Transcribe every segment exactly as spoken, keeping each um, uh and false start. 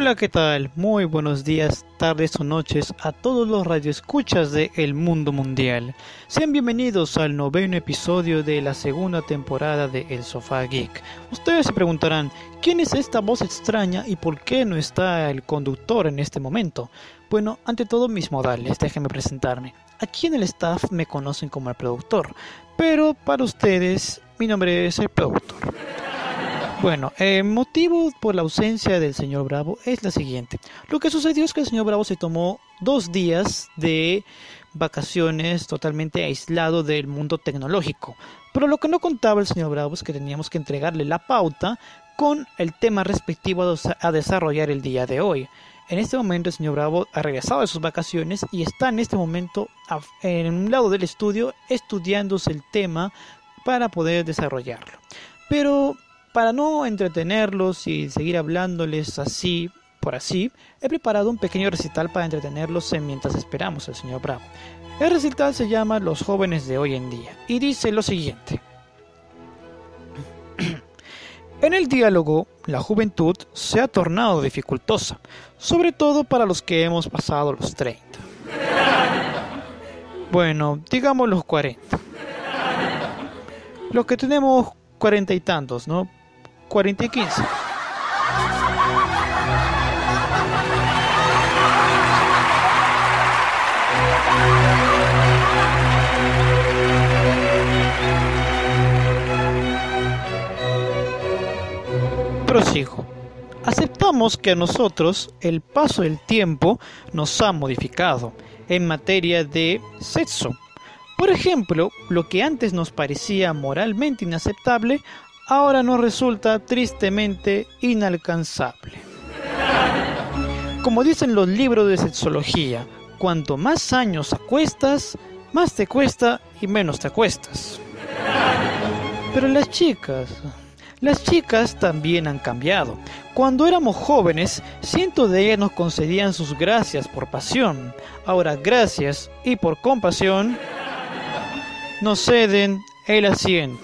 Hola, ¿qué tal? Muy buenos días, tardes o noches a todos los radioescuchas de El Mundo Mundial. Sean bienvenidos al noveno episodio de la segunda temporada de El Sofá Geek. Ustedes se preguntarán, ¿quién es esta voz extraña y por qué no está el conductor en este momento? Bueno, ante todo mis modales, déjenme presentarme. Aquí en el staff me conocen como el productor, pero para ustedes mi nombre es el productor. Bueno, el motivo por la ausencia del señor Bravo es la siguiente. Lo que sucedió es que el señor Bravo se tomó dos días de vacaciones totalmente aislado del mundo tecnológico. Pero lo que no contaba el señor Bravo es que teníamos que entregarle la pauta con el tema respectivo a desarrollar el día de hoy. En este momento el señor Bravo ha regresado de sus vacaciones y está en este momento en un lado del estudio estudiándose el tema para poder desarrollarlo. Pero para no entretenerlos y seguir hablándoles así por así, he preparado un pequeño recital para entretenerlos mientras esperamos al señor Bravo. El recital se llama Los jóvenes de hoy en día y dice lo siguiente. En el diálogo, la juventud se ha tornado dificultosa, sobre todo para los que hemos pasado los treinta. Bueno, digamos los cuarenta. Los que tenemos cuarenta y tantos, ¿no? cuarenta y quince. Prosigo. Aceptamos que a nosotros el paso del tiempo nos ha modificado en materia de sexo. Por ejemplo, lo que antes nos parecía moralmente inaceptable, ahora nos resulta tristemente inalcanzable. Como dicen los libros de sexología, cuanto más años acuestas, más te cuesta y menos te acuestas. Pero las chicas, las chicas también han cambiado. Cuando éramos jóvenes, cientos de ellas nos concedían sus gracias por pasión. Ahora, gracias y por compasión, nos ceden el asiento.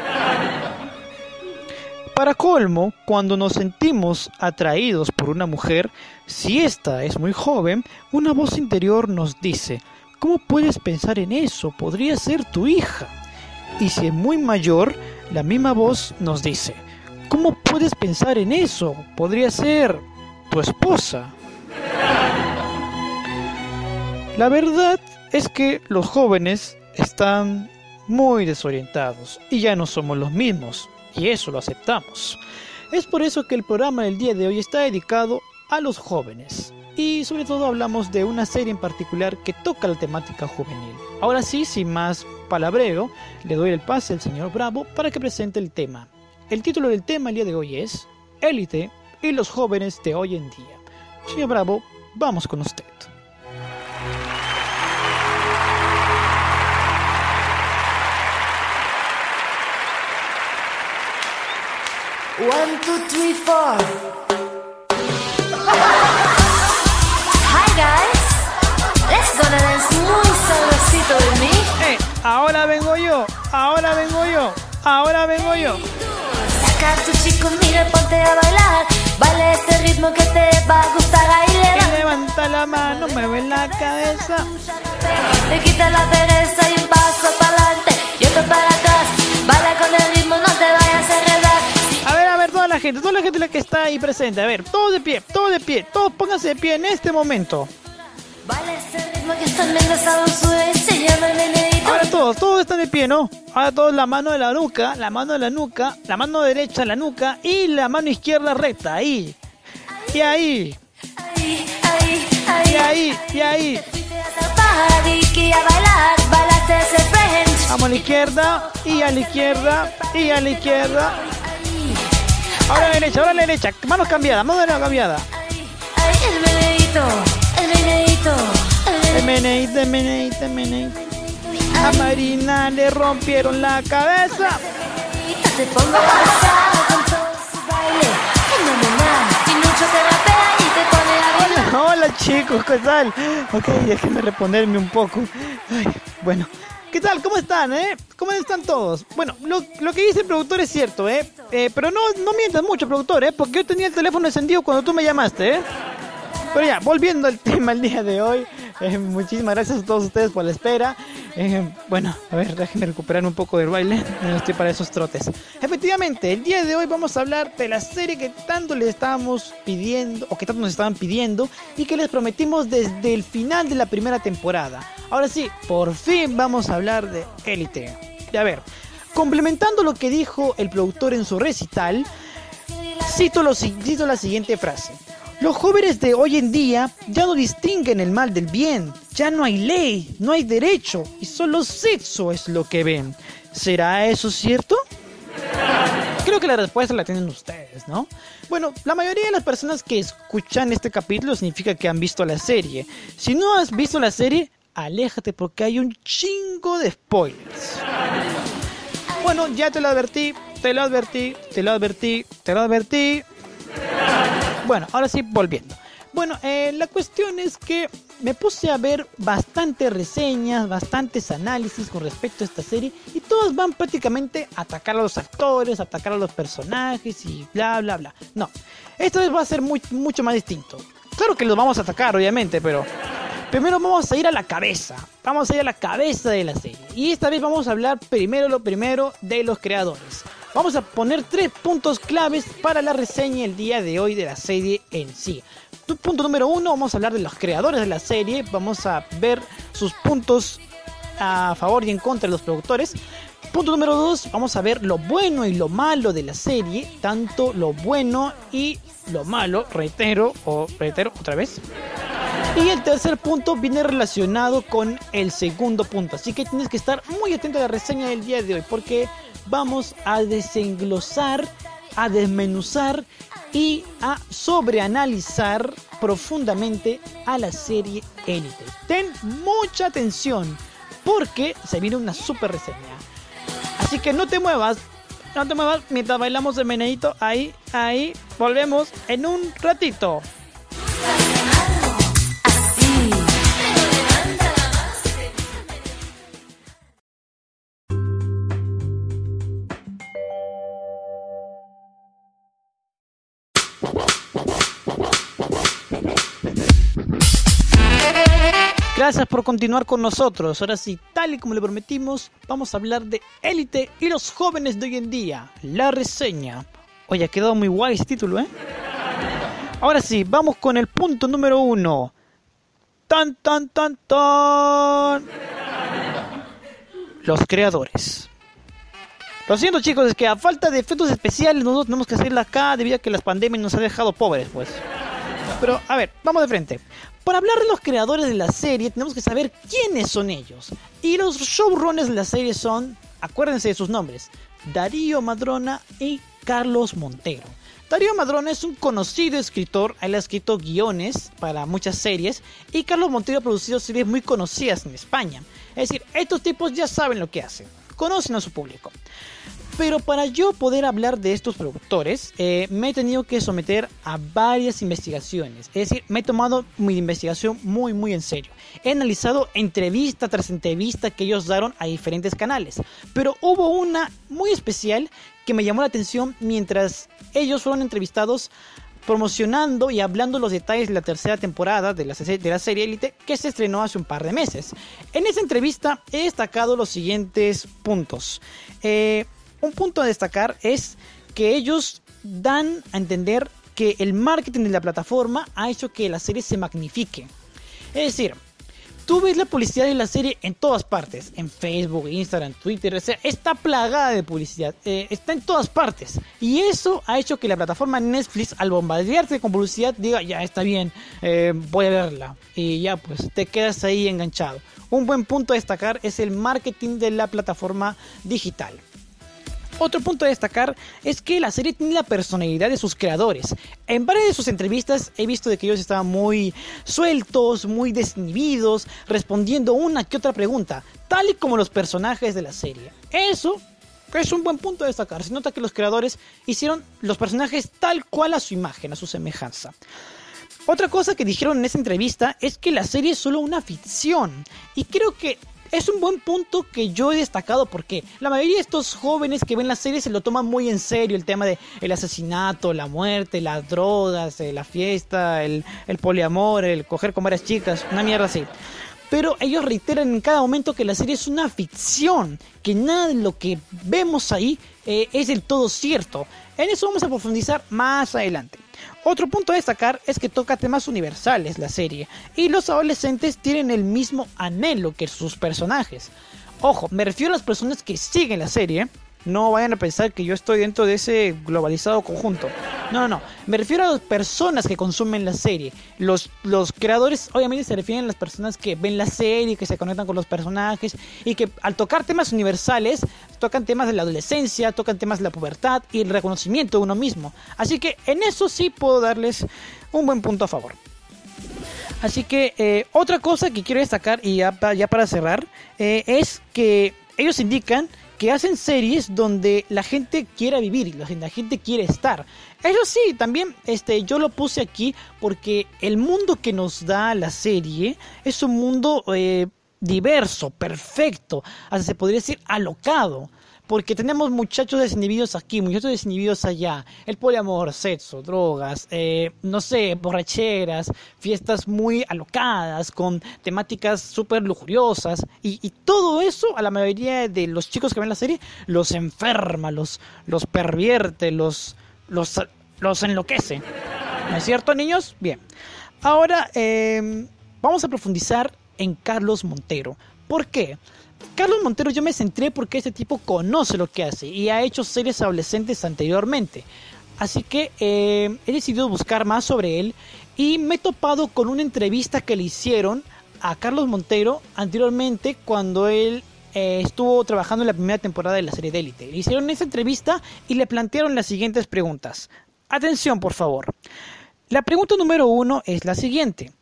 Para colmo, cuando nos sentimos atraídos por una mujer, si ésta es muy joven, una voz interior nos dice: ¿cómo puedes pensar en eso? Podría ser tu hija. Y si es muy mayor, la misma voz nos dice: ¿cómo puedes pensar en eso? Podría ser tu esposa. La verdad es que los jóvenes están muy desorientados y ya no somos los mismos. Y eso lo aceptamos. Es por eso que el programa del día de hoy está dedicado a los jóvenes. Y sobre todo hablamos de una serie en particular que toca la temática juvenil. Ahora sí, sin más palabreo, le doy el pase al señor Bravo para que presente el tema. El título del tema el día de hoy es Élite y los jóvenes de hoy en día. Señor Bravo, vamos con usted. One, two, three, four. Hi guys, let's gonna dance muy sabrosito de mí. Eh, ahora vengo yo, ahora vengo yo, ahora vengo yo. Saca a tu chico, mira, ponte a bailar. Baila este ritmo que te va a gustar. Ahí levanta, levanta la mano, mueve la cabeza. Le quita la pereza y un paso para adelante y otro para atrás. Baila con el ritmo, no te vayas a enredar. A ver, a ver, toda la gente, toda la gente la que está ahí presente, a ver, todos de pie, todos de pie, todos pónganse de pie en este momento. Baila este ritmo que está engrasado, sube, se llama el meneíto. Ahora todos, todos están de pie, ¿no? Ahora todos la mano de la nuca, la mano de la nuca, la mano derecha en la nuca y la mano izquierda recta, ahí. Y ahí. Ahí, ahí, ahí. Y ahí, y ahí. Vamos a la izquierda, y a la izquierda, y a la izquierda. Ahora a la derecha, ahora a la derecha. Manos cambiadas, manos cambiadas. Ay, el meneíto, el meneíto, el meneíto, el meneíto, el meneíto. A Marina le rompieron la cabeza. Te pongo pasado con todo su baile. Fenomenal. Y mucho te rapea y te pone a bailar. Hola, hola chicos, ¿qué tal? Ok, déjenme reponerme un poco. Ay, bueno. ¿Qué tal? ¿Cómo están, eh? ¿Cómo están todos? Bueno, lo, lo que dice el productor es cierto, eh. eh, pero no, no mientas mucho, productor, ¿eh? Porque yo tenía el teléfono encendido cuando tú me llamaste, ¿eh? Pero ya, volviendo al tema el día de hoy, eh, muchísimas gracias a todos ustedes por la espera. Eh, bueno, a ver, déjenme recuperar un poco del baile, no estoy para esos trotes. Efectivamente, el día de hoy vamos a hablar de la serie que tanto les estábamos pidiendo, o que tanto nos estaban pidiendo, y que les prometimos desde el final de la primera temporada. Ahora sí, por fin vamos a hablar de Élite. Y a ver, complementando lo que dijo el productor en su recital, cito, lo, cito la siguiente frase. Los jóvenes de hoy en día ya no distinguen el mal del bien, ya no hay ley, no hay derecho y solo sexo es lo que ven. ¿Será eso cierto? Creo que la respuesta la tienen ustedes, ¿no? Bueno, la mayoría de las personas que escuchan este capítulo significa que han visto la serie. Si no has visto la serie, aléjate porque hay un chingo de spoilers. Bueno, ya te lo advertí, te lo advertí, te lo advertí, te lo advertí. Bueno, ahora sí, volviendo. Bueno, eh, la cuestión es que me puse a ver bastantes reseñas, bastantes análisis con respecto a esta serie y todos van prácticamente a atacar a los actores, a atacar a los personajes y bla, bla, bla. No, esta vez va a ser muy, mucho más distinto. Claro que los vamos a atacar, obviamente, pero primero vamos a ir a la cabeza. Vamos a ir a la cabeza de la serie. Y esta vez vamos a hablar primero lo primero de los creadores. Vamos a poner tres puntos claves para la reseña el día de hoy de la serie en sí. Punto número uno, vamos a hablar de los creadores de la serie. Vamos a ver sus puntos a favor y en contra de los productores. Punto número dos, vamos a ver lo bueno y lo malo de la serie. Tanto lo bueno y lo malo, reitero o reitero otra vez. Y el tercer punto viene relacionado con el segundo punto. Así que tienes que estar muy atento a la reseña del día de hoy porque vamos a desenglosar, a desmenuzar y a sobreanalizar profundamente a la serie Élite. Ten mucha atención porque se viene una super reseña. Así que no te muevas, no te muevas mientras bailamos el meneíto. Ahí, ahí, volvemos en un ratito. Gracias por continuar con nosotros. Ahora sí, tal y como le prometimos, vamos a hablar de Élite y los jóvenes de hoy en día. La reseña. Oye, ha quedado muy guay ese título, ¿eh? Ahora sí, vamos con el punto número uno. Tan, tan, tan, tan. Los creadores. Lo siento, chicos, es que a falta de efectos especiales nosotros tenemos que hacerla acá debido a que las pandemias nos han dejado pobres, pues. Pero, a ver, vamos de frente. Para hablar de los creadores de la serie, tenemos que saber quiénes son ellos. Y los showrunners de la serie son, acuérdense de sus nombres, Darío Madrona y Carlos Montero. Darío Madrona es un conocido escritor, él ha escrito guiones para muchas series, y Carlos Montero ha producido series muy conocidas en España. Es decir, estos tipos ya saben lo que hacen, conocen a su público. Pero para yo poder hablar de estos productores, eh, me he tenido que someter a varias investigaciones. Es decir, me he tomado mi investigación muy, muy en serio. He analizado entrevista tras entrevista que ellos dieron a diferentes canales. Pero hubo una muy especial que me llamó la atención mientras ellos fueron entrevistados promocionando y hablando los detalles de la tercera temporada de la, de la serie Élite que se estrenó hace un par de meses. En esa entrevista he destacado los siguientes puntos. Eh... Un punto a destacar es que ellos dan a entender que el marketing de la plataforma ha hecho que la serie se magnifique. Es decir, tú ves la publicidad de la serie en todas partes, en Facebook, Instagram, Twitter, o sea, está plagada de publicidad, eh, está en todas partes. Y eso ha hecho que la plataforma Netflix, al bombardearte con publicidad, diga, ya está bien, eh, voy a verla. Y ya pues te quedas ahí enganchado. Un buen punto a destacar es el marketing de la plataforma digital. Otro punto a destacar es que la serie tiene la personalidad de sus creadores. En varias de sus entrevistas he visto de que ellos estaban muy sueltos, muy desinhibidos, respondiendo una que otra pregunta, tal y como los personajes de la serie. Eso es un buen punto a destacar. Se nota que los creadores hicieron los personajes tal cual a su imagen, a su semejanza. Otra cosa que dijeron en esa entrevista es que la serie es solo una ficción. Y creo que es un buen punto que yo he destacado porque la mayoría de estos jóvenes que ven la serie se lo toman muy en serio, el tema de el asesinato, la muerte, las drogas, eh, la fiesta, el, el poliamor, el coger con varias chicas, una mierda así. Pero ellos reiteran en cada momento que la serie es una ficción, que nada de lo que vemos ahí eh, es del todo cierto. En eso vamos a profundizar más adelante. Otro punto a destacar es que toca temas universales la serie, y los adolescentes tienen el mismo anhelo que sus personajes. Ojo, me refiero a las personas que siguen la serie. No vayan a pensar que yo estoy dentro de ese globalizado conjunto. No, no, no. Me refiero a las personas que consumen la serie. Los, los creadores obviamente se refieren a las personas que ven la serie, que se conectan con los personajes y que al tocar temas universales, tocan temas de la adolescencia, tocan temas de la pubertad y el reconocimiento de uno mismo. Así que en eso sí puedo darles un buen punto a favor. Así que eh, otra cosa que quiero destacar y ya, ya para cerrar eh, es que ellos indican que hacen series donde la gente quiera vivir, la gente quiere estar. Eso sí, también este, yo lo puse aquí porque el mundo que nos da la serie es un mundo eh, diverso, perfecto, hasta se podría decir alocado. Porque tenemos muchachos desinhibidos aquí, muchachos desinhibidos allá. El poliamor, sexo, drogas, eh, no sé, borracheras, fiestas muy alocadas, con temáticas súper lujuriosas. Y, y todo eso a la mayoría de los chicos que ven la serie los enferma, los, los pervierte, los, los, los enloquece. ¿No es cierto, niños? Bien. Ahora eh, vamos a profundizar en Carlos Montero. ¿Por qué? Carlos Montero yo me centré porque este tipo conoce lo que hace y ha hecho series adolescentes anteriormente. Así que eh, he decidido buscar más sobre él y me he topado con una entrevista que le hicieron a Carlos Montero anteriormente cuando él eh, estuvo trabajando en la primera temporada de la serie de Élite. Le hicieron esa entrevista y le plantearon las siguientes preguntas. Atención, por favor. La pregunta número uno es la siguiente.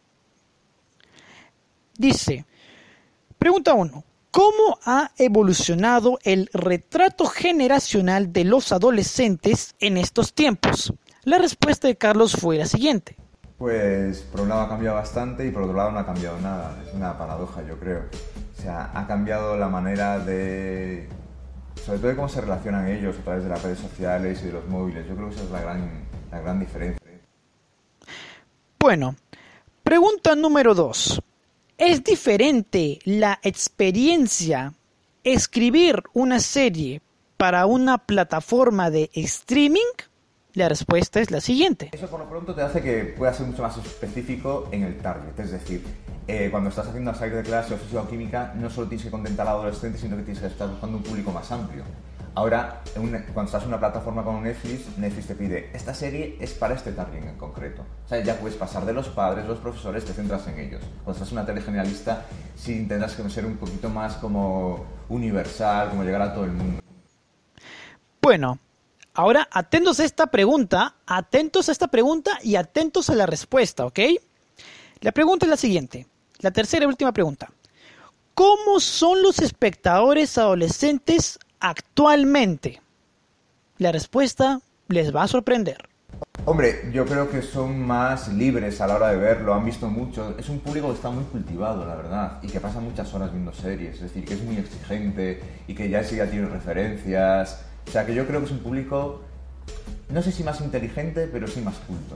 Dice, pregunta uno. ¿Cómo ha evolucionado el retrato generacional de los adolescentes en estos tiempos? La respuesta de Carlos fue la siguiente. Pues por un lado ha cambiado bastante y por otro lado no ha cambiado nada. Es una paradoja, yo creo. O sea, ha cambiado la manera de... sobre todo de cómo se relacionan ellos a través de las redes sociales y de los móviles. Yo creo que esa es la gran, la gran diferencia. Bueno, pregunta número dos. ¿Es diferente la experiencia escribir una serie para una plataforma de streaming? La respuesta es la siguiente. Eso por lo pronto te hace que puedas ser mucho más específico en el target. Es decir, eh, cuando estás haciendo salir de clase o física o química, no solo tienes que contentar al adolescente, sino que tienes que estar buscando un público más amplio. Ahora, un, cuando estás en una plataforma como Netflix, Netflix te pide, esta serie es para este target en concreto. O sea, ya puedes pasar de los padres, los profesores, te centras en ellos. Cuando estás en una tele generalista, sí tendrás que ser un poquito más como universal, como llegar a todo el mundo. Bueno, ahora atentos a esta pregunta, atentos a esta pregunta y atentos a la respuesta, ¿ok? La pregunta es la siguiente, la tercera y última pregunta. ¿Cómo son los espectadores adolescentes actualmente? La respuesta les va a sorprender. Hombre, yo creo que son más libres a la hora de verlo, han visto mucho. Es un público que está muy cultivado, la verdad, y que pasa muchas horas viendo series. Es decir, que es muy exigente y que ya sí ya tiene referencias. O sea, que yo creo que es un público, no sé si más inteligente, pero sí más culto.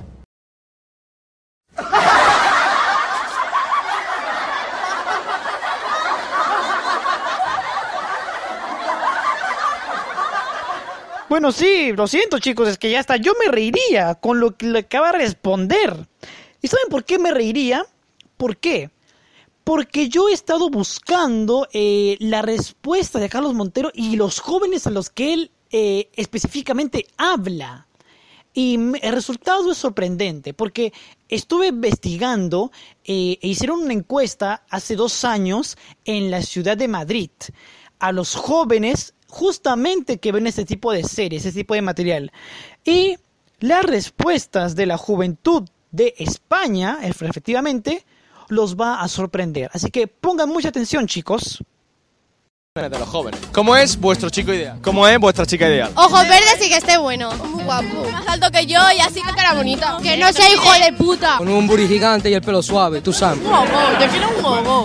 Bueno, sí, lo siento, chicos, es que ya está. Yo me reiría con lo que le acaba de responder. ¿Y saben por qué me reiría? ¿Por qué? Porque yo he estado buscando eh, la respuesta de Carlos Montero y los jóvenes a los que él eh, específicamente habla. Y el resultado es sorprendente, porque estuve investigando eh, e hicieron una encuesta hace dos años en la ciudad de Madrid a los jóvenes justamente que ven este tipo de series, este tipo de material. Y las respuestas de la juventud de España, efectivamente, los va a sorprender. Así que pongan mucha atención, chicos. De los jóvenes. ¿Cómo es vuestro chico ideal? ¿Cómo es vuestra chica ideal? Ojos verdes y que esté bueno. Muy guapo. Más alto que yo y así con cara bonita. Que no sea hijo de puta. Con un buri gigante y el pelo suave, tú sabes. Un gogo, yo quiero un gogo. Que esté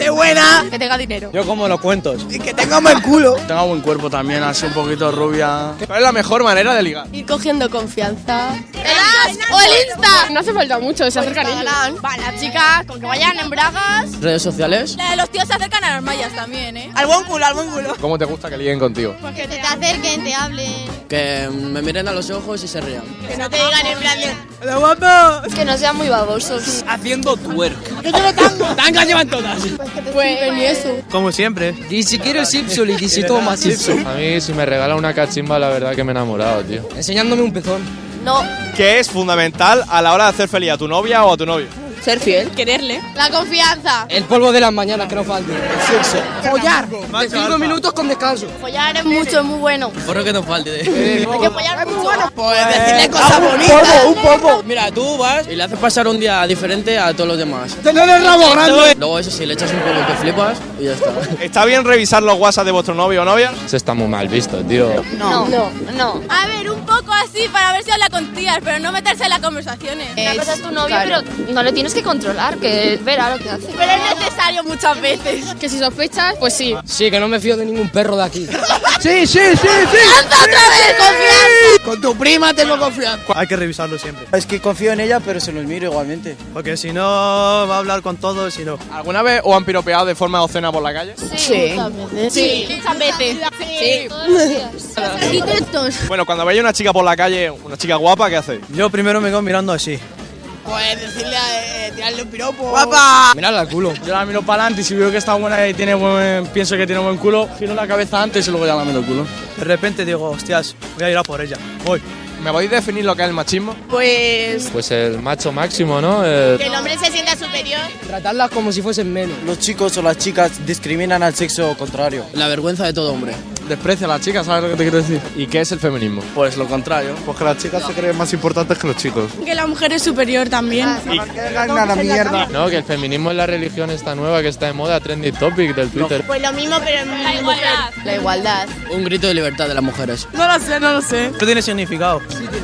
esté buena, que tenga dinero. Yo como los cuentos. Y que tenga buen culo. Tenga buen cuerpo también, así un poquito rubia. ¿Cuál es la mejor manera de ligar? Ir cogiendo confianza. ¿El o el Insta? No hace falta mucho, se acercan ellos. Va, las chicas, con que vayan en bragas. ¿Redes sociales? Los tíos se acercan a las mallas también, ¿eh? Al buen culo, al buen culo. ¿Cómo te gusta que liguen contigo? Pues que te acerquen, te hablen. Que me miren a los ojos y se rían. Que no te digan en plan de... ¡Hola, guapo! Que no sean muy babosos. Haciendo twerk. ¡Que lleve tango! ¡Tangas llevan todas! Pues ni eso. Como siempre. Y si quiero Simpson y si toma Simpson. A mí, si me regala una cachimba, la verdad que me he enamorado, tío. Enseñándome un pezón. No. ¿Qué es fundamental a la hora de hacer feliz a tu novia o a tu novio? Ser fiel. Quererle. La confianza. El polvo de las mañanas, que no falte. El sexo. Follar. De cinco minutos con descanso. Follar es mucho, es muy bueno. Porro que no falte. Hay que follar mucho. Pues decirle cosas bonitas. Un polvo. Mira, tú vas y le haces pasar un día diferente a todos los demás. Tener el rabo grande. Luego eso sí, le echas un polvo que flipas y ya está. ¿Está bien revisar los WhatsApp de vuestro novio o novia? Eso está muy mal visto, tío. No, no, no. A ver, un poco así para ver si habla con tías, pero no meterse en las conversaciones. Una cosa es tu novio, pero no le tienes que controlar, que verá lo que hace. Pero es necesario muchas veces. Que si sospechas, pues sí. Sí, que no me fío de ningún perro de aquí. Sí, sí, sí, sí. ¡Lanza otra vez, confianza! Con tu prima tengo confianza. Hay que revisarlo siempre. Es que confío en ella, pero se los miro igualmente. Porque si no, va a hablar con todos y no. ¿Alguna vez os han piropeado de forma obscena por la calle? Sí. Sí, muchas veces. Sí. Todos los días. Arquitectos. Bueno, cuando veis una chica por la calle, una chica guapa, ¿qué hacéis? Yo primero me quedo mirando así. Pues decirle, eh, tirarle un piropo. ¡Guapa! Mirarla al culo. Yo la miro para adelante y si veo que está buena y tiene buen, pienso que tiene buen culo, giro la cabeza antes y luego ya la miro el culo. De repente digo, hostias, voy a ir a por ella. Voy. ¿Me podéis definir lo que es el machismo? Pues Pues el macho máximo, ¿no? El- que el hombre se sienta superior. Tratarlas como si fuesen menos. Los chicos o las chicas discriminan al sexo contrario. La vergüenza de todo hombre. Desprecia a las chicas, ¿sabes lo que te quiero decir? ¿Y qué es el feminismo? Pues lo contrario. Pues que las chicas se creen más importantes que los chicos. Que la mujer es superior también. a la mierda. No, que el feminismo es la religión esta nueva que está de moda, trending topic del Twitter. Pues lo mismo, pero en la igualdad. La igualdad. Un grito de libertad de las mujes. No lo sé, no lo sé. ¿Qué tiene significado?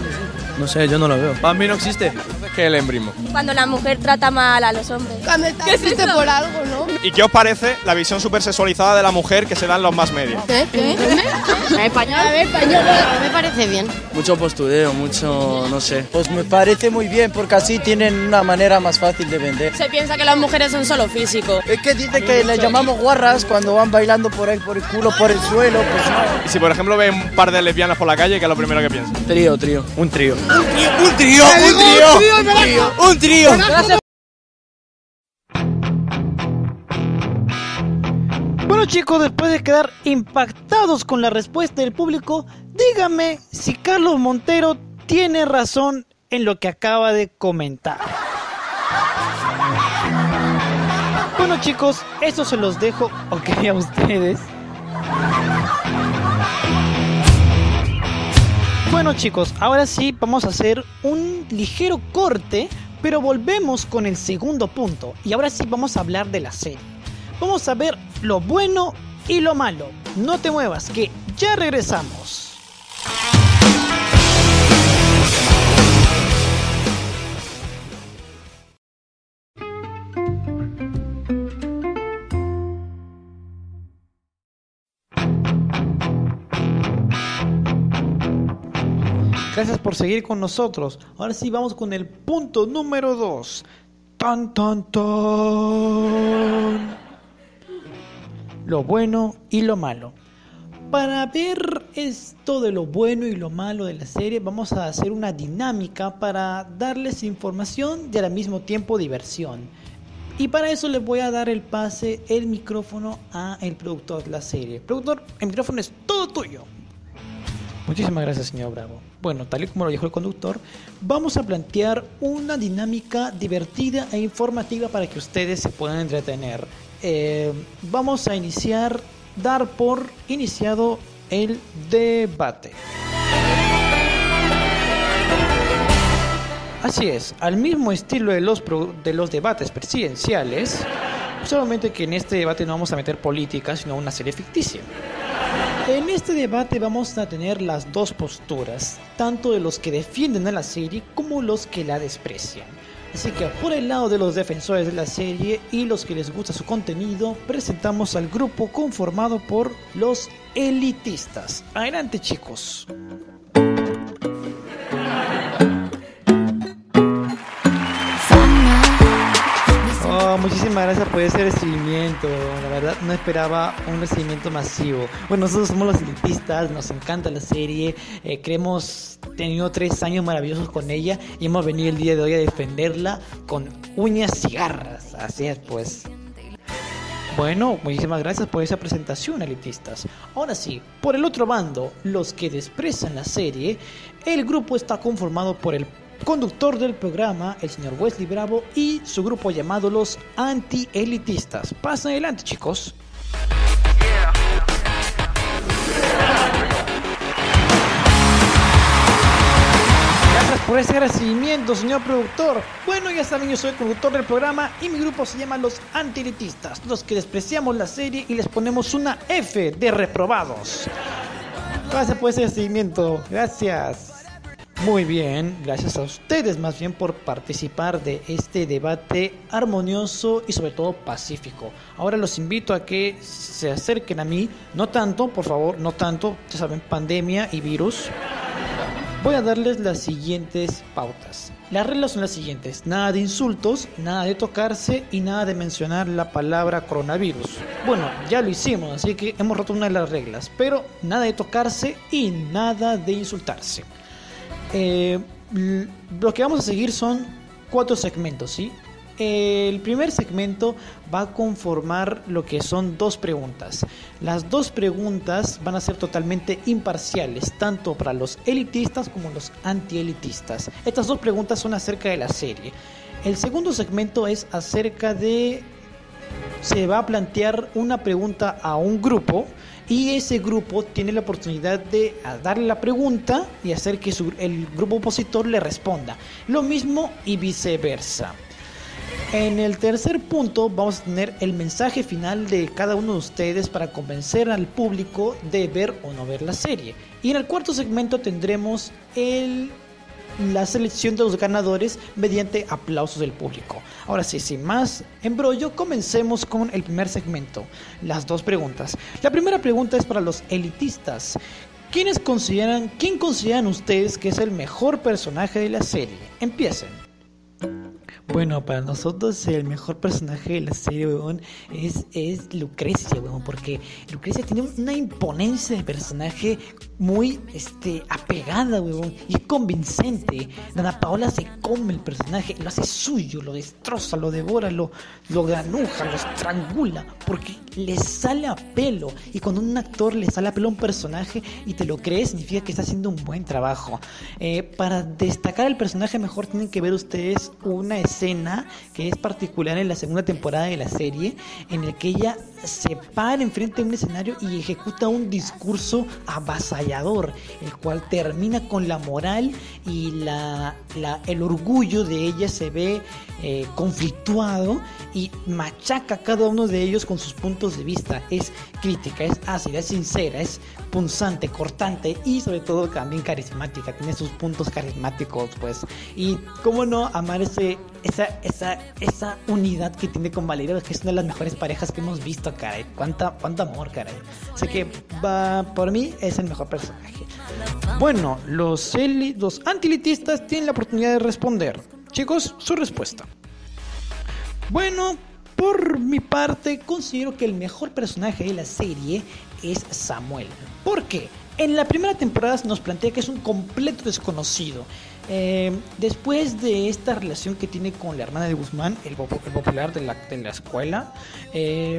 No sé, yo no lo veo. Para mí no existe. Entonces, ¿qué es el embrismo? Cuando la mujer trata mal a los hombres. Que existe por algo, ¿no? ¿Y qué os parece la visión súper sexualizada de la mujer que se da en los más medios? ¿Qué? ¿Qué? Español. A ver, español. Me parece bien. Mucho postureo, mucho, no sé. Pues me parece muy bien, porque así tienen una manera más fácil de vender. Se piensa que las mujeres son solo físico. Es que dice que le llamamos guarras cuando van bailando por ahí, por el culo, por el suelo, pues no. Y si por ejemplo ven un par de lesbianas por la calle, ¿qué es lo primero que piensan? Trío, trío. Un trío. ¡Un trío! ¡Un trío! ¡Un trío! Bueno chicos, después de quedar impactados con la respuesta del público, díganme si Carlos Montero tiene razón en lo que acaba de comentar. Bueno chicos, eso se los dejo, ok, a ustedes. Bueno chicos, ahora sí vamos a hacer un ligero corte, pero volvemos con el segundo punto. Y ahora sí vamos a hablar de la serie. Vamos a ver lo bueno y lo malo. No te muevas, que ya regresamos. Gracias por seguir con nosotros. Ahora sí vamos con el punto número dos. Tan tan tan. Lo bueno y lo malo. Para ver esto de lo bueno y lo malo de la serie, vamos a hacer una dinámica para darles información y al mismo tiempo diversión. Y para eso les voy a dar el pase, el micrófono a el productor de la serie. Productor, el micrófono es todo tuyo. Muchísimas gracias, señor Bravo. Bueno, tal y como lo dijo el conductor, vamos a plantear una dinámica divertida e informativa para que ustedes se puedan entretener. Eh, vamos a iniciar, dar por iniciado el debate. Así es, al mismo estilo de los, pro, de los debates presidenciales, solamente que en este debate no vamos a meter política, sino una serie ficticia. En este debate vamos a tener las dos posturas, tanto de los que defienden a la serie como los que la desprecian. Así que por el lado de los defensores de la serie y los que les gusta su contenido, presentamos al grupo conformado por los elitistas. Adelante, chicos. Oh, muchísimas gracias por ese recibimiento. La verdad no esperaba un recibimiento masivo. Bueno, nosotros somos los elitistas, nos encanta la serie, eh, creemos tenido tres años maravillosos con ella y hemos venido el día de hoy a defenderla con uñas y garras. Así es, pues. Bueno, muchísimas gracias por esa presentación, elitistas. Ahora sí, por el otro bando, los que desprecian la serie, el grupo está conformado por el conductor del programa, el señor Wesley Bravo, y su grupo llamado los anti-elitistas. Pasen adelante, chicos. Gracias por ese recibimiento, señor productor. Bueno, ya saben, yo soy el conductor del programa y mi grupo se llama los anti-elitistas, los que despreciamos la serie y les ponemos una F de reprobados. Gracias por ese recibimiento. Gracias. Muy bien, gracias a ustedes más bien por participar de este debate armonioso y sobre todo pacífico. Ahora los invito a que se acerquen a mí, no tanto, por favor, no tanto, ya saben, pandemia y virus. Voy a darles las siguientes pautas. Las reglas son las siguientes: nada de insultos, nada de tocarse y nada de mencionar la palabra coronavirus. Bueno, ya lo hicimos, así que hemos roto una de las reglas, pero nada de tocarse y nada de insultarse. Eh, lo que vamos a seguir son cuatro segmentos, ¿sí? El primer segmento va a conformar lo que son dos preguntas. Las dos preguntas van a ser totalmente imparciales, tanto para los elitistas como los antielitistas. Estas dos preguntas son acerca de la serie. El segundo segmento es acerca de... Se va a plantear una pregunta a un grupo y ese grupo tiene la oportunidad de darle la pregunta y hacer que su, el grupo opositor le responda. Lo mismo y viceversa. En el tercer punto vamos a tener el mensaje final de cada uno de ustedes para convencer al público de ver o no ver la serie. Y en el cuarto segmento tendremos el... la selección de los ganadores mediante aplausos del público. Ahora sí, sin más embrollo, comencemos con el primer segmento, las dos preguntas. La primera pregunta es para los elitistas. ¿Quiénes consideran, quién consideran ustedes que es el mejor personaje de la serie? Empiecen. Bueno, para nosotros el mejor personaje de la serie, weón, es, es Lucrecia, weón, porque Lucrecia tiene una imponencia de personaje muy este, apegada, weón, y es convincente. Dana Paola se come el personaje, lo hace suyo, lo destroza, lo devora, lo, lo granuja, lo estrangula, porque le sale a pelo. Y cuando un actor le sale a pelo a un personaje y te lo crees, significa que está haciendo un buen trabajo. Eh, para destacar el personaje mejor tienen que ver ustedes una escena que es particular en la segunda temporada de la serie, en el que ella se para enfrente de un escenario y ejecuta un discurso avasallador, el cual termina con la moral y la, la, el orgullo de ella se ve eh, conflictuado y machaca a cada uno de ellos con sus puntos de vista. Es crítica, es ácida, es sincera, es punzante, cortante y sobre todo también carismática, tiene sus puntos carismáticos, pues. Y cómo no amar ese, esa, esa, esa unidad que tiene con Valeria, que es una de las mejores parejas que hemos visto, caray. Cuánta, cuánto amor, caray. Así que va, por mí es el mejor personaje. Bueno, los, eli, los antielitistas tienen la oportunidad de responder. Chicos, su respuesta. Bueno, por mi parte, considero que el mejor personaje de la serie es Samuel. ¿Por qué? En la primera temporada nos plantea que es un completo desconocido. Eh, después de esta relación que tiene con la hermana de Guzmán, el, el popular de la, de la escuela, eh,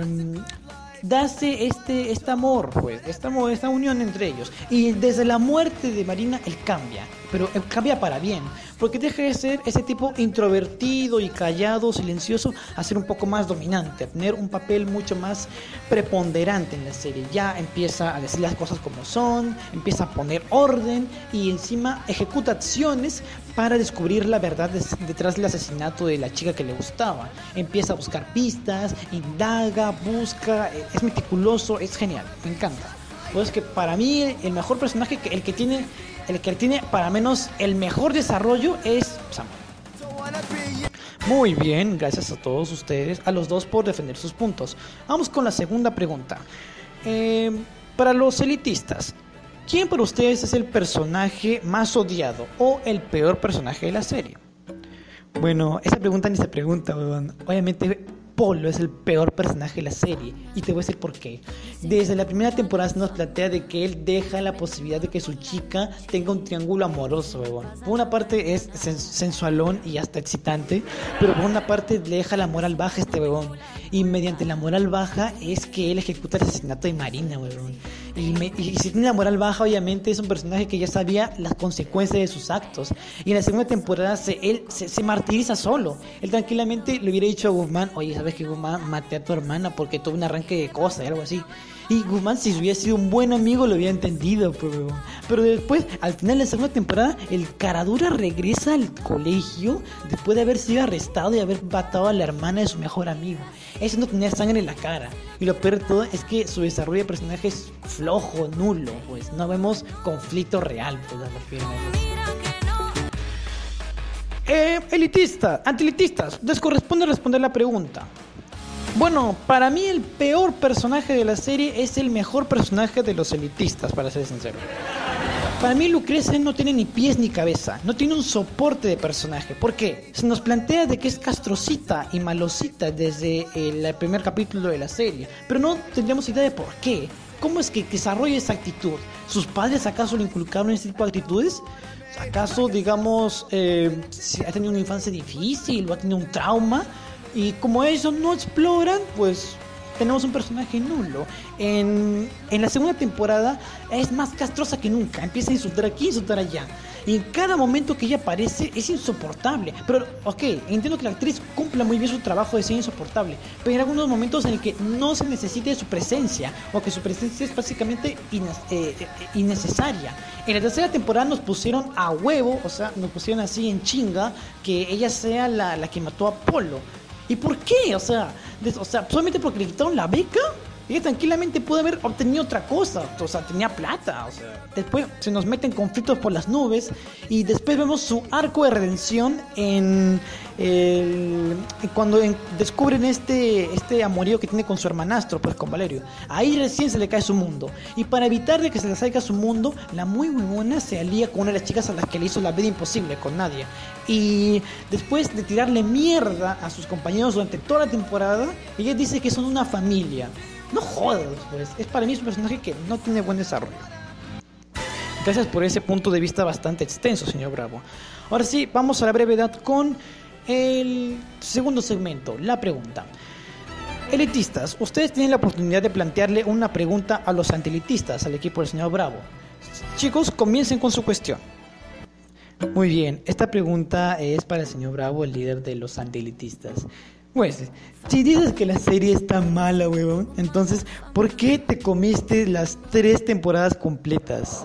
dace este, este amor, pues, esta, esta unión entre ellos. Y desde la muerte de Marina, él cambia, pero él cambia para bien, porque deja de ser ese tipo introvertido y callado, silencioso, a ser un poco más dominante, a tener un papel mucho más preponderante en la serie. Ya empieza a decir las cosas como son, empieza a poner orden y encima ejecuta acciones para descubrir la verdad detrás del asesinato de la chica que le gustaba. Empieza a buscar pistas, indaga, busca, es meticuloso, es genial, me encanta. Pues que para mí el mejor personaje, el que tiene, el que tiene para menos el mejor desarrollo es Samuel. Muy bien, gracias a todos ustedes, a los dos por defender sus puntos. Vamos con la segunda pregunta. Eh, para los elitistas, ¿quién para ustedes es el personaje más odiado o el peor personaje de la serie? Bueno, esa pregunta ni se pregunta, weón. Obviamente Polo es el peor personaje de la serie, y te voy a decir por qué. Desde la primera temporada se nos plantea de que él deja la posibilidad de que su chica tenga un triángulo amoroso, weón. Por una parte es sens sensualón y hasta excitante, pero por una parte le deja la moral baja a este weón. Y mediante la moral baja es que él ejecuta el asesinato de Marina, weón. Y, me, y si tiene la moral baja, obviamente es un personaje que ya sabía las consecuencias de sus actos. Y en la segunda temporada se, él se, se martiriza solo. Él tranquilamente le hubiera dicho a Guzmán, oye, ¿sabes que Guzmán? Maté a tu hermana porque tuve un arranque de cosas y algo así. Y Guzmán, si hubiera sido un buen amigo, lo hubiera entendido, pero, pero después, al final de la segunda temporada, el caradura regresa al colegio después de haber sido arrestado y haber matado a la hermana de su mejor amigo. Ese no tenía sangre en la cara. Y lo peor de todo es que su desarrollo de personaje es flojo, nulo, pues no vemos conflicto real, pues a la firma. Eh, elitista, antielitistas, les corresponde responder la pregunta. Bueno, para mí el peor personaje de la serie es el mejor personaje de los elitistas, para ser sincero. Para mí Lucrecia no tiene ni pies ni cabeza, no tiene un soporte de personaje. ¿Por qué? Se nos plantea de que es castrocita y malosita desde el primer capítulo de la serie, pero no tendríamos idea de por qué. ¿Cómo es que desarrolla esa actitud? ¿Sus padres acaso le inculcaron ese tipo de actitudes? ¿Acaso, digamos, eh, ha tenido una infancia difícil o ha tenido un trauma? Y como ellos no exploran, pues tenemos un personaje nulo. En, en la segunda temporada es más castrosa que nunca. Empieza a insultar aquí, a insultar allá. Y en cada momento que ella aparece es insoportable. Pero, ok, entiendo que la actriz cumpla muy bien su trabajo de ser insoportable. Pero hay algunos momentos en el que no se necesite de su presencia, o que su presencia es básicamente ines eh, eh, innecesaria. En la tercera temporada nos pusieron a huevo, o sea, nos pusieron así en chinga, que ella sea la, la que mató a Polo. ¿Y por qué? O sea, de, o sea, solamente porque le quitaron la beca. Ella tranquilamente pudo haber obtenido otra cosa. O sea, tenía plata. O sea, después se nos meten conflictos por las nubes. Y después vemos su arco de redención en el, cuando en, descubren este, este amorío que tiene con su hermanastro, pues con Valerio. Ahí recién se le cae su mundo. Y para evitar de que se le salga su mundo, la muy buena se alía con una de las chicas a las que le hizo la vida imposible, con Nadia. Y después de tirarle mierda a sus compañeros durante toda la temporada, ella dice que son una familia. No jodas, pues. Es para mí es un personaje que no tiene buen desarrollo. Gracias por ese punto de vista bastante extenso, señor Bravo. Ahora sí, vamos a la brevedad con el segundo segmento, la pregunta. Elitistas, ustedes tienen la oportunidad de plantearle una pregunta a los antielitistas, al equipo del señor Bravo. Chicos, comiencen con su cuestión. Muy bien, esta pregunta es para el señor Bravo, el líder de los antielitistas. Pues, si dices que la serie está mala, huevón, entonces, ¿por qué te comiste las tres temporadas completas?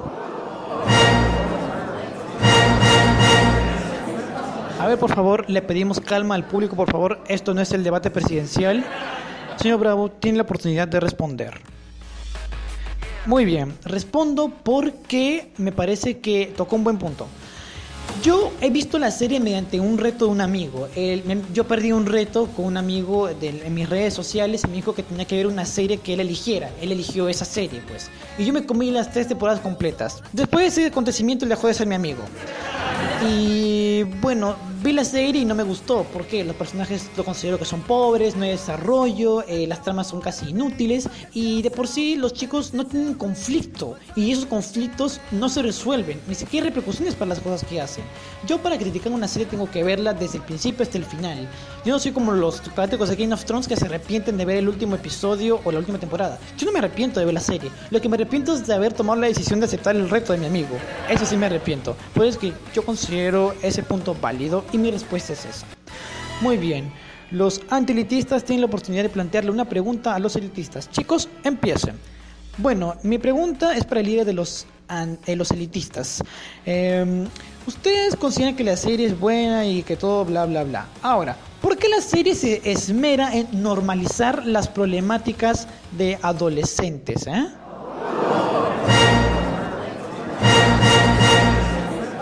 A ver, por favor, le pedimos calma al público, por favor. Esto no es el debate presidencial. Señor Bravo, tiene la oportunidad de responder. Muy bien, respondo porque me parece que tocó un buen punto. Yo he visto la serie mediante un reto de un amigo. El, me, yo perdí un reto con un amigo de, en mis redes sociales y me dijo que tenía que ver una serie que él eligiera. Él eligió esa serie, pues. Y yo me comí las tres temporadas completas. Después de ese acontecimiento, él dejó de ser mi amigo. Y bueno, vi la serie y no me gustó. Porque los personajes lo considero que son pobres, no hay desarrollo, eh, las tramas son casi inútiles. Y de por sí los chicos no tienen conflicto. Y esos conflictos no se resuelven. Ni siquiera hay repercusiones para las cosas que hacen. Yo para criticar una serie tengo que verla desde el principio hasta el final. Yo no soy como los fanáticos de Game of Thrones que se arrepienten de ver el último episodio o la última temporada. Yo no me arrepiento de ver la serie. Lo que me arrepiento es de haber tomado la decisión de aceptar el reto de mi amigo. Eso sí me arrepiento. Por eso es que yo considero ese punto válido y mi respuesta es esa. Muy bien. Los antielitistas tienen la oportunidad de plantearle una pregunta a los elitistas. Chicos, empiecen. Bueno, mi pregunta es para el líder de los, eh, los elitistas. Eh, Ustedes consideran que la serie es buena y que todo bla bla bla. Ahora, ¿por qué la serie se esmera en normalizar las problemáticas de adolescentes, eh?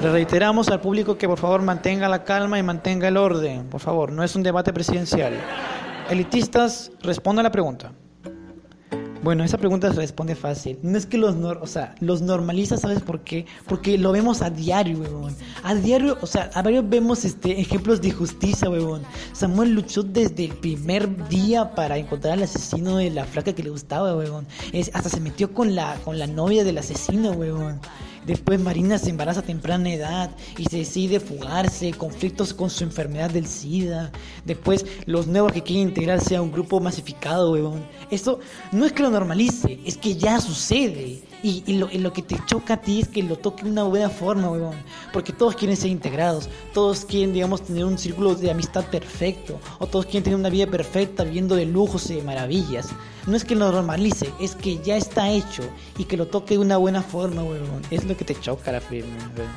Le reiteramos al público que por favor mantenga la calma y mantenga el orden. Por favor, no es un debate presidencial. Elitistas, respondan a la pregunta. Bueno, esa pregunta se responde fácil. No es que los, nor- o sea, los normaliza, ¿sabes por qué? Porque lo vemos a diario, huevón. A diario, o sea, a diario vemos este, ejemplos de justicia, huevón. Samuel luchó desde el primer día para encontrar al asesino de la flaca que le gustaba, huevón. Es, hasta se metió con la, con la novia del asesino, huevón. Después Marina se embaraza a temprana edad y se decide fugarse, conflictos con su enfermedad del SIDA. Después los nuevos que quieren integrarse a un grupo masificado, huevón. Esto no es que lo normalice, es que ya sucede. Y, y, lo, y lo que te choca a ti es que lo toque de una buena forma, huevón. Porque todos quieren ser integrados, todos quieren, digamos, tener un círculo de amistad perfecto, o todos quieren tener una vida perfecta viviendo de lujos y de maravillas. No es que lo normalice, es que ya está hecho y que lo toque de una buena forma, huevón. Es lo que te choca, la firme, huevón.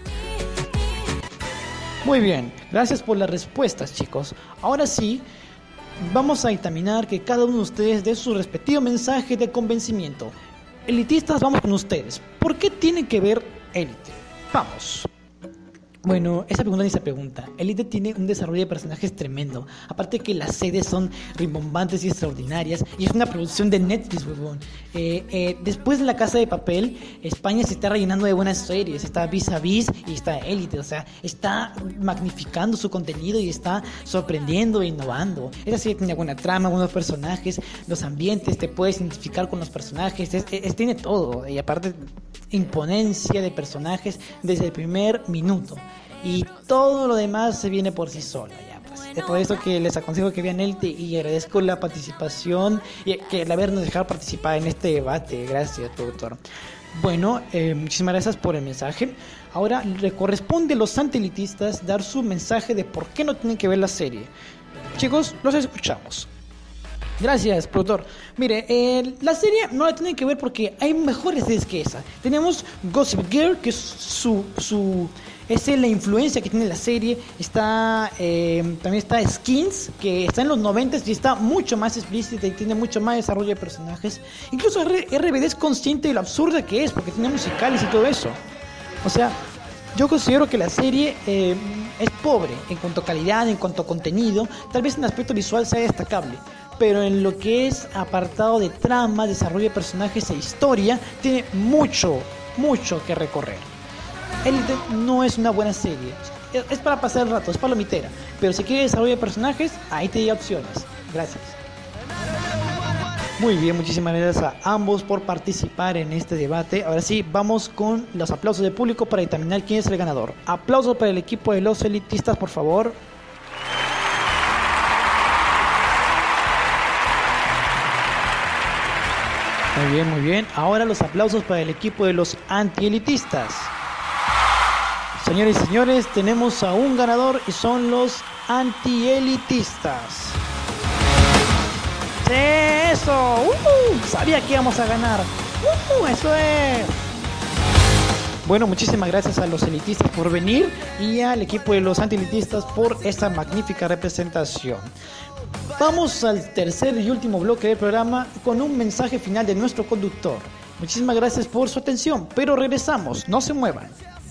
Muy bien, gracias por las respuestas, chicos. Ahora sí, vamos a dictaminar que cada uno de ustedes dé su respectivo mensaje de convencimiento. Elitistas, vamos con ustedes. ¿Por qué tiene que ver Élite? Vamos. Bueno, esa pregunta ni se pregunta. Élite tiene un desarrollo de personajes tremendo. Aparte que las series son rimbombantes y extraordinarias. Y es una producción de Netflix, huevón. Eh, eh, después de La Casa de Papel, España se está rellenando de buenas series. Está Vis a Vis y está Élite. O sea, está magnificando su contenido y está sorprendiendo e innovando. Esa serie tiene buena trama, buenos personajes, los ambientes, te puedes identificar con los personajes. Es, es, tiene todo. Y aparte, imponencia de personajes desde el primer minuto. Y todo lo demás se viene por sí sola, ya pues. Es por eso que les aconsejo que vean Élite y agradezco la participación y que el habernos dejado participar en este debate. Gracias, productor. Bueno, eh, muchísimas gracias por el mensaje. Ahora le corresponde a los antielitistas dar su mensaje de por qué no tienen que ver la serie. Chicos, los escuchamos. Gracias, productor. Mire, eh, la serie no la tienen que ver porque hay mejores series que esa. Tenemos Gossip Girl, que es su... su esa es la influencia que tiene la serie. Está eh, también está Skins, que está en los noventas y está mucho más explícita y tiene mucho más desarrollo de personajes. Incluso R- RBD es consciente de lo absurda que es, porque tiene musicales y todo eso. O sea, yo considero que la serie eh, es pobre en cuanto a calidad, en cuanto a contenido. Tal vez en aspecto visual sea destacable, pero en lo que es apartado de trama, desarrollo de personajes e historia, tiene mucho, mucho que recorrer. Élite no es una buena serie, es para pasar el rato, es palomitera, pero si quieres desarrollo de personajes, ahí te di opciones. Gracias. Muy bien, muchísimas gracias a ambos por participar en este debate. Ahora sí, vamos con los aplausos del público para determinar quién es el ganador. Aplausos para el equipo de los elitistas, por favor. Muy bien, muy bien. Ahora los aplausos para el equipo de los antielitistas. Señores y señores, tenemos a un ganador y son los antielitistas. ¡Sí, eso! ¡Uh! Sabía que íbamos a ganar. ¡Uh! ¡Eso es! Bueno, muchísimas gracias a los elitistas por venir y al equipo de los antielitistas por esta magnífica representación. Vamos al tercer y último bloque del programa con un mensaje final de nuestro conductor. Muchísimas gracias por su atención, pero regresamos, no se muevan.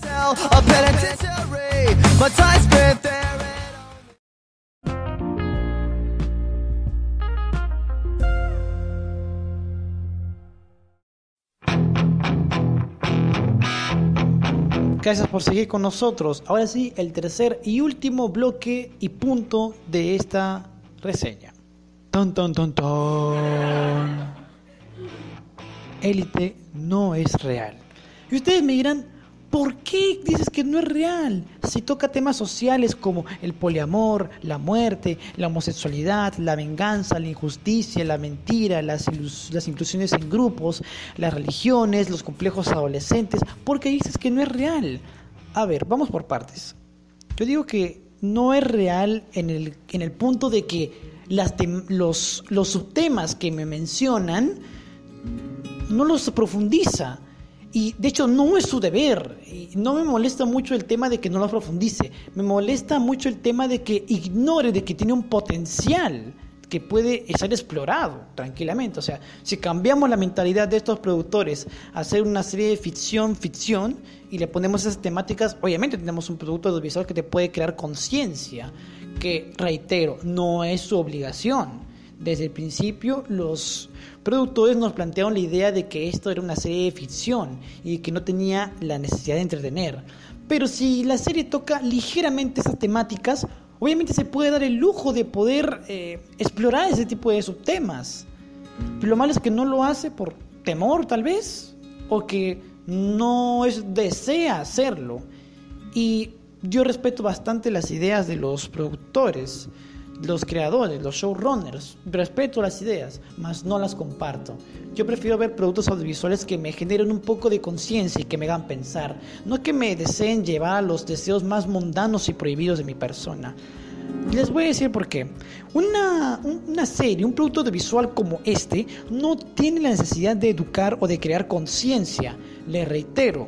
Gracias por seguir con nosotros. Ahora sí, el tercer y último bloque y punto de esta reseña. Ton, ton, ton, ton. Élite no es real. Y ustedes me dirán, ¿por qué dices que no es real? Si toca temas sociales como el poliamor, la muerte, la homosexualidad, la venganza, la injusticia, la mentira, las, ilus- las inclusiones en grupos, las religiones, los complejos adolescentes, ¿por qué dices que no es real? A ver, vamos por partes. Yo digo que no es real en el, en el punto de que las tem- los, los subtemas que me mencionan no los profundiza. Y de hecho no es su deber. Y no me molesta mucho el tema de que no lo profundice. Me molesta mucho el tema de que ignore de que tiene un potencial que puede ser explorado tranquilamente. O sea, si cambiamos la mentalidad de estos productores a hacer una serie de ficción, ficción, y le ponemos esas temáticas, obviamente tenemos un producto audiovisual que te puede crear conciencia, que, reitero, no es su obligación. Desde el principio, los productores nos plantearon la idea de que esto era una serie de ficción y que no tenía la necesidad de entretener. Pero si la serie toca ligeramente esas temáticas, obviamente se puede dar el lujo de poder eh, explorar ese tipo de subtemas. Pero lo malo es que no lo hace por temor, tal vez, o que no es, desea hacerlo. Y yo respeto bastante las ideas de los productores, los creadores, los showrunners. Respeto las ideas, mas no las comparto. Yo prefiero ver productos audiovisuales que me generen un poco de conciencia y que me hagan pensar, no que me deseen llevar a los deseos más mundanos y prohibidos de mi persona. Les voy a decir por qué. Una, una serie, un producto audiovisual como este no tiene la necesidad de educar o de crear conciencia. Les reitero,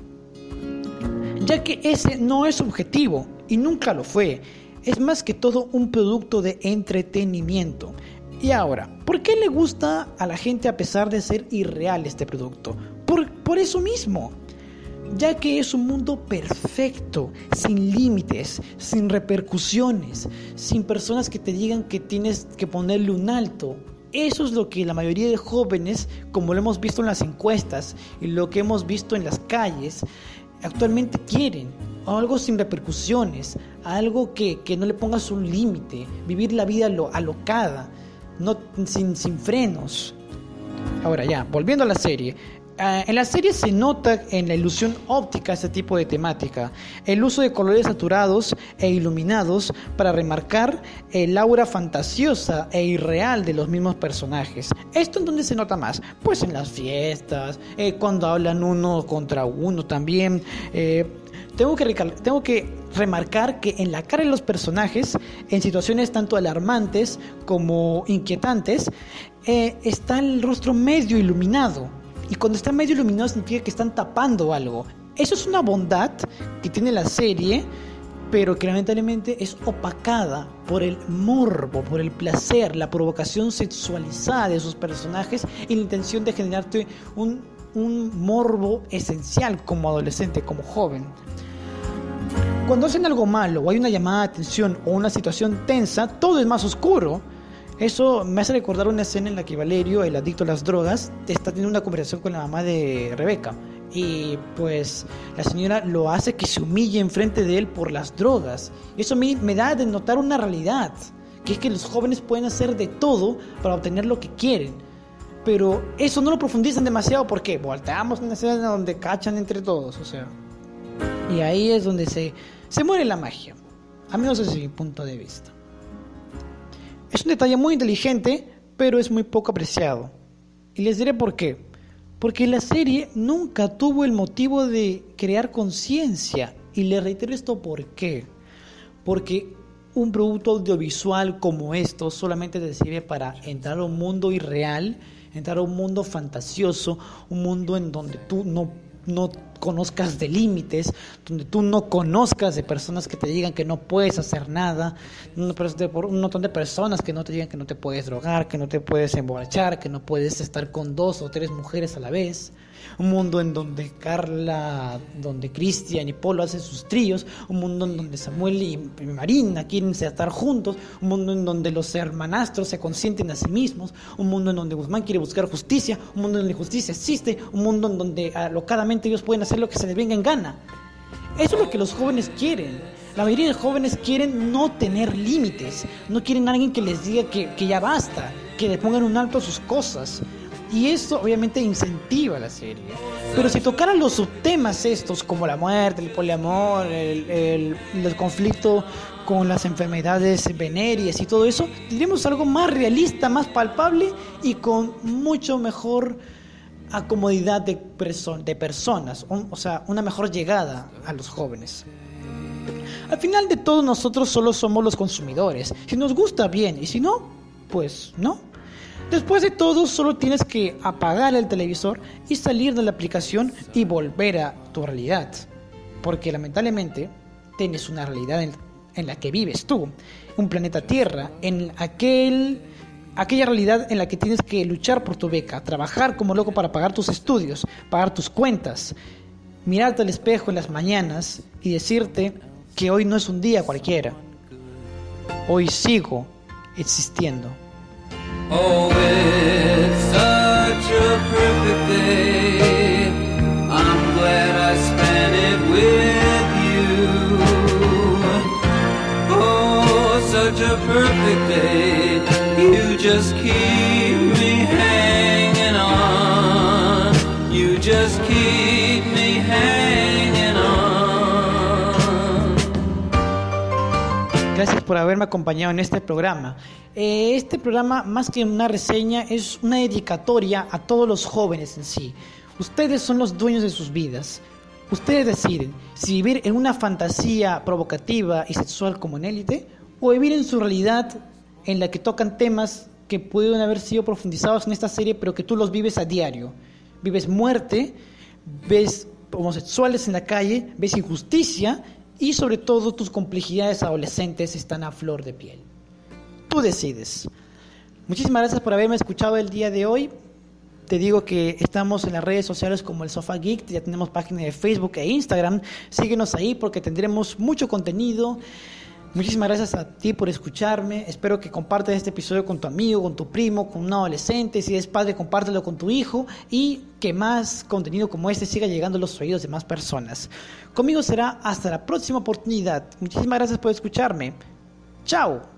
ya que ese no es su objetivo y nunca lo fue. Es más que todo un producto de entretenimiento. Y ahora, ¿por qué le gusta a la gente a pesar de ser irreal este producto? Por, por eso mismo. Ya que es un mundo perfecto, sin límites, sin repercusiones, sin personas que te digan que tienes que ponerle un alto. Eso es lo que la mayoría de jóvenes, como lo hemos visto en las encuestas y lo que hemos visto en las calles, actualmente quieren. Algo sin repercusiones, algo que, que no le pongas un límite, vivir la vida lo, alocada, no, sin, sin frenos. Ahora ya, volviendo a la serie. Uh, en la serie se nota en la ilusión óptica este tipo de temática, el uso de colores saturados e iluminados para remarcar el aura fantasiosa e irreal de los mismos personajes. ¿Esto en dónde se nota más? Pues en las fiestas, eh, cuando hablan uno contra uno también. Eh, tengo, que recal- tengo que remarcar que en la cara de los personajes, en situaciones tanto alarmantes como inquietantes, eh, está el rostro medio iluminado. Y cuando está medio iluminado significa que están tapando algo. Eso es una bondad que tiene la serie, pero que lamentablemente es opacada por el morbo, por el placer, la provocación sexualizada de sus personajes y la intención de generarte un, un morbo esencial como adolescente, como joven. Cuando hacen algo malo o hay una llamada de atención o una situación tensa, todo es más oscuro. Eso me hace recordar una escena en la que Valerio, el adicto a las drogas, está teniendo una conversación con la mamá de Rebeca. Y pues la señora lo hace que se humille enfrente de él por las drogas. Y eso a mí me da de notar una realidad, que es que los jóvenes pueden hacer de todo para obtener lo que quieren. Pero eso no lo profundizan demasiado porque volteamos una escena donde cachan entre todos, o sea. Y ahí es donde se, se muere la magia, a menos desde mi punto de vista. Es un detalle muy inteligente, pero es muy poco apreciado. Y les diré por qué. Porque la serie nunca tuvo el motivo de crear conciencia. Y les reitero esto por qué. Porque un producto audiovisual como esto solamente te sirve para entrar a un mundo irreal, entrar a un mundo fantasioso, un mundo en donde tú no, no conozcas de límites, donde tú no conozcas de personas que te digan que no puedes hacer nada, un montón de personas que no te digan que no te puedes drogar, que no te puedes emborrachar, que no puedes estar con dos o tres mujeres a la vez. Un mundo en donde Carla, donde Cristian y Polo hacen sus tríos, un mundo en donde Samuel y Marina quieren estar juntos, un mundo en donde los hermanastros se consienten a sí mismos, un mundo en donde Guzmán quiere buscar justicia, un mundo en donde justicia existe, un mundo en donde alocadamente ellos pueden hacer lo que se les venga en gana. Eso es lo que los jóvenes quieren. La mayoría de jóvenes quieren no tener límites, no quieren a alguien que les diga que, que ya basta, que le pongan un alto a sus cosas. Y esto obviamente incentiva la serie. Pero si tocaran los subtemas estos, como la muerte, el poliamor, el, el, el conflicto con las enfermedades venéreas y todo eso, tendríamos algo más realista, más palpable y con mucho mejor acomodidad de, perso- de personas, un, o sea, una mejor llegada a los jóvenes. Al final de todo, nosotros solo somos los consumidores. Si nos gusta, bien, y si no, pues no. Después de todo, solo tienes que apagar el televisor y salir de la aplicación y volver a tu realidad. Porque lamentablemente tienes una realidad en, en la que vives tú, un planeta Tierra, en aquel aquella realidad en la que tienes que luchar por tu beca, trabajar como loco para pagar tus estudios, pagar tus cuentas, mirarte al espejo en las mañanas y decirte que hoy no es un día cualquiera. Hoy sigo existiendo. Oh, it's such a perfect day. I'm glad I spent it with you. Oh, such a perfect day. You just keep me hanging on. You just keep me hanging on. Gracias por haberme acompañado en este programa. Eh, este programa, más que una reseña, es una dedicatoria a todos los jóvenes en sí. Ustedes son los dueños de sus vidas. Ustedes deciden si vivir en una fantasía provocativa y sexual como en Élite, o vivir en su realidad en la que tocan temas que pueden haber sido profundizados en esta serie, pero que tú los vives a diario. Vives muerte, ves homosexuales en la calle, ves injusticia y sobre todo tus complejidades adolescentes están a flor de piel. Tú decides. Muchísimas gracias por haberme escuchado el día de hoy. Te digo que estamos en las redes sociales como el Sofá Geek, ya tenemos página de Facebook e Instagram. Síguenos ahí porque tendremos mucho contenido. Muchísimas gracias a ti por escucharme. Espero que compartas este episodio con tu amigo, con tu primo, con un adolescente. Si eres padre, compártelo con tu hijo y que más contenido como este siga llegando a los oídos de más personas. Conmigo será hasta la próxima oportunidad. Muchísimas gracias por escucharme. Chao.